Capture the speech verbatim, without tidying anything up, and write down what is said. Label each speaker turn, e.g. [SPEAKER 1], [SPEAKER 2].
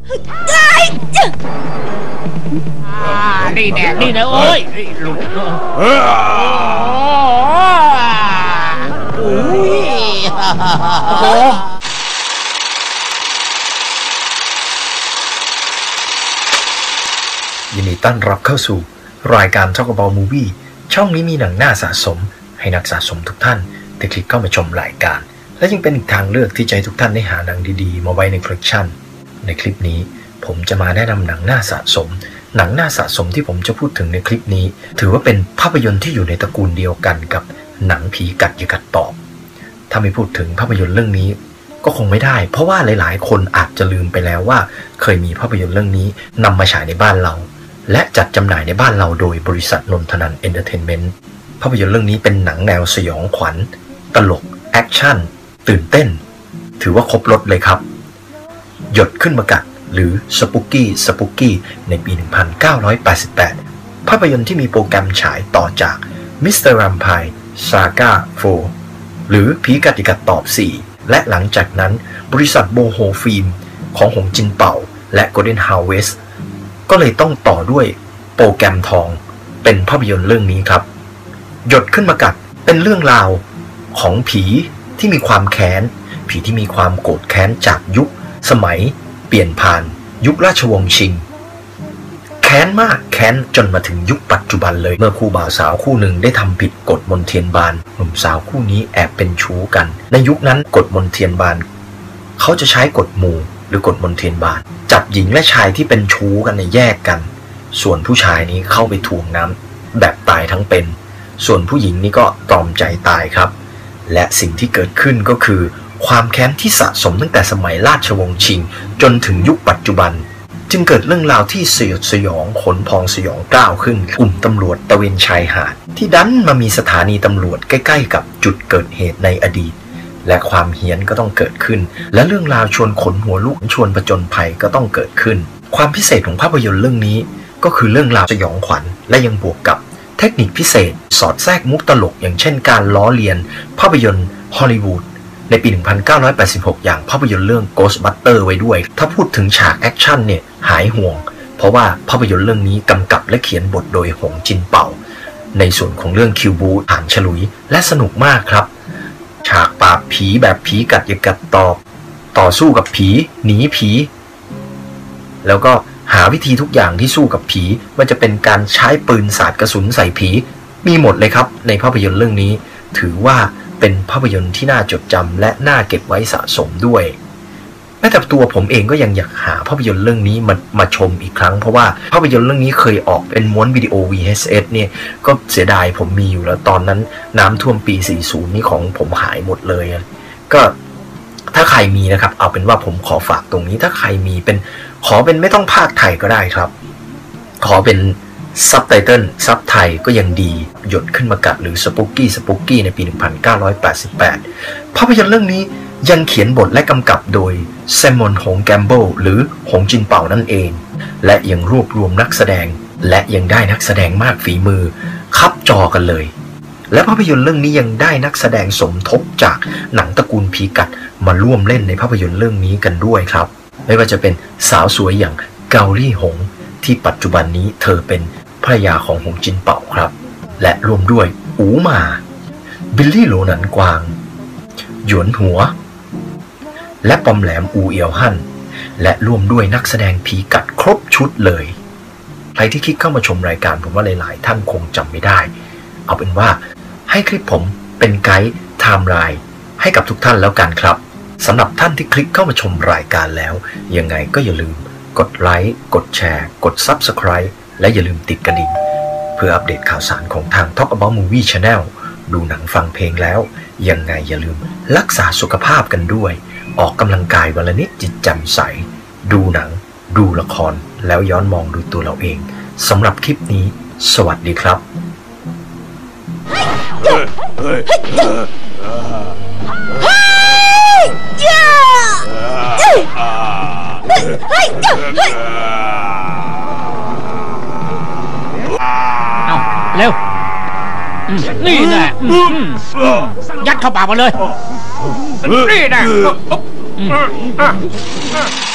[SPEAKER 1] นี่แน่นี่แน่โอ้ยหลุดโอ้ยโอ้
[SPEAKER 2] ยินดีต้อนรับเข้าสู่รายการ Talk About Movie ช่องนี้มีหนังน่าสะสมให้นักสะสมทุกท่านที่คลิกเข้ามาชมรายการและยังเป็นอีกทางเลือกที่ใจทุกท่านได้หาหนังดีๆมาไว้ในคอลเลกชันในคลิปนี้ผมจะมาแนะนำหนังน่าสะสมหนังน่าสะสมที่ผมจะพูดถึงในคลิปนี้ถือว่าเป็นภาพยนตร์ที่อยู่ในตระกูลเดียวกันกับหนังผีกัดอย่ากัดตอบถ้าไม่พูดถึงภาพยนตร์เรื่องนี้ก็คงไม่ได้เพราะว่าหลายๆคนอาจจะลืมไปแล้วว่าเคยมีภาพยนตร์เรื่องนี้นำมาฉายในบ้านเราและจัดจำหน่ายในบ้านเราโดยบริษัทนนทนันเอนเตอร์เทนเมนต์ภาพยนตร์เรื่องนี้เป็นหนังแนวสยองขวัญตลกแอคชั่นตื่นเต้นถือว่าครบรสเลยครับหยดขึ้นมากัดหรือสปุกกี้สปุกกี้ในปี หนึ่งพันเก้าร้อยแปดสิบแปด ภาพยนตร์ที่มีโปรแกรมฉายต่อจาก มิสเตอร์ Vampire Saga โฟร์ หรือผีกัดอย่ากัดตอบ สี่ และหลังจากนั้นบริษัทโบโฮฟิล์มของหงจินเป่าและ Golden Harvest ก็เลยต้องต่อด้วยโปรแกรมทองเป็นภาพยนตร์เรื่องนี้ครับหยดขึ้นมากัดเป็นเรื่องราวของผีที่มีความแค้นผีที่มีความโกรธแค้นจากยุคสมัยเปลี่ยนผ่านยุคราชวงศ์ชิงแค้นมากแค้นจนมาถึงยุคปัจจุบันเลยเมื่อคู่บ่าวสาวคู่หนึ่งได้ทำผิดกฎมนเทียนบานหนุ่มสาวคู่นี้แอบเป็นชู้กันในยุคนั้นกฎมนเทียนบานเขาจะใช้กฎหมู่หรือกฎมนเทียนบานจับหญิงและชายที่เป็นชู้กันในแยกกันส่วนผู้ชายนี้เข้าไปถ่วงน้ำแบบตายทั้งเป็นส่วนผู้หญิงนี่ก็ตรอมใจตายครับและสิ่งที่เกิดขึ้นก็คือความแค้นที่สะสมตั้งแต่สมัยราชวงศ์ชิงจนถึงยุคปัจจุบันจึงเกิดเรื่องราวที่สยดสยองขนพองสยองกล้าวขึ้นกลุ่มตำรวจตะเวนชายหาดที่ดันมามีสถานีตำรวจใกล้ๆกับจุดเกิดเหตุในอดีตและความเฮี้ยนก็ต้องเกิดขึ้นและเรื่องราวชวนขนหัวลุกชวนผจญภัยก็ต้องเกิดขึ้นความพิเศษของภาพยนตร์เรื่องนี้ก็คือเรื่องราวสยองขวัญและยังบวกกับเทคนิคพิเศษสอดแทรกมุกตลกอย่างเช่นการล้อเลียนภาพยนตร์ฮอลลีวูดในปี หนึ่งพันเก้าร้อยแปดสิบหก อย่างภาพยนตร์เรื่อง Ghostbusters ไว้ด้วยถ้าพูดถึงฉากแอคชั่นเนี่ยหายห่วงเพราะว่าภาพยนตร์เรื่องนี้กำกับและเขียนบทโดยหงจินเป่าในส่วนของเรื่องคิวบูอ่านฉลุยและสนุกมากครับฉากปราบผีแบบผีกัดอย่ากัดตอบต่อสู้กับผีหนีผีแล้วก็หาวิธีทุกอย่างที่สู้กับผีมันจะเป็นการใช้ปืนสาดกระสุนใส่ผีมีหมดเลยครับในภาพยนตร์เรื่องนี้ถือว่าเป็นภาพยนตร์ที่น่าจดจำและน่าเก็บไว้สะสมด้วยแม้แต่ตัวผมเองก็ยังอยากหาภาพยนตร์เรื่องนี้มามาชมอีกครั้งเพราะว่าภาพยนตร์เรื่องนี้เคยออกเป็นม้วนวิดีโอ วี เอช เอส เนี่ยก็เสียดายผมมีอยู่แล้วตอนนั้นน้ำท่วมปีสี่สิบนี่ของผมหายหมดเลยก็ถ้าใครมีนะครับเอาเป็นว่าผมขอฝากตรงนี้ถ้าใครมีเป็นขอเป็นไม่ต้องภาคไทยก็ได้ครับขอเป็นซับไตเติลซับไทยก็ยังดีหยดขึ้นมากัดหรือสปุกกี้สปุกกี้ในปี หนึ่งพันเก้าร้อยแปดสิบแปด ภาพยนตร์เรื่องนี้ยังเขียนบทและกำกับโดยแซมมอนหงแกมเบิลหรือหงจินเป่านั่นเองและยังรวบรวมนักแสดงและยังได้นักแสดงมากฝีมือคับจอกันเลยและภาพยนตร์เรื่องนี้ยังได้นักแสดงสมทบจากหนังตระกูลผีกัดมาร่วมเล่นในภาพยนตร์เรื่องนี้กันด้วยครับไม่ว่าจะเป็นสาวสวยอย่างเกาลี่หงที่ปัจจุบันนี้เธอเป็นภรรยาของหงจินเป่าครับและรวมด้วยอูหมาบิลลี่โหลหนันกวางหยวนหัวและปอมแหลมอูเอียวฮั่นและร่วมด้วยนักแสดงผีกัดครบชุดเลยใครที่คลิกเข้ามาชมรายการผมว่าหลายๆท่านคงจำไม่ได้เอาเป็นว่าให้คลิปผมเป็นไกด์ไทม์ไลน์ให้กับทุกท่านแล้วกันครับสำหรับท่านที่คลิกเข้ามาชมรายการแล้วยังไงก็อย่าลืมกดไลค์กดแชร์กด ซับสไครบ์ และอย่าลืมติดกระดิ่งเพื่ออัปเดตข่าวสารของทาง Talk About Movie Channel ดูหนังฟังเพลงแล้วยังไงอย่าลืมรักษาสุขภาพกันด้วยออกกำลังกายวันละนิดจิตแจ่มใสดูหนังดูละครแล้วย้อนมองดูตัวเราเองสำหรับคลิปนี้สวัสดีครับ
[SPEAKER 1] เอาเร็วนี่แน่ยัดเข้าปากมาเลยนี่แน่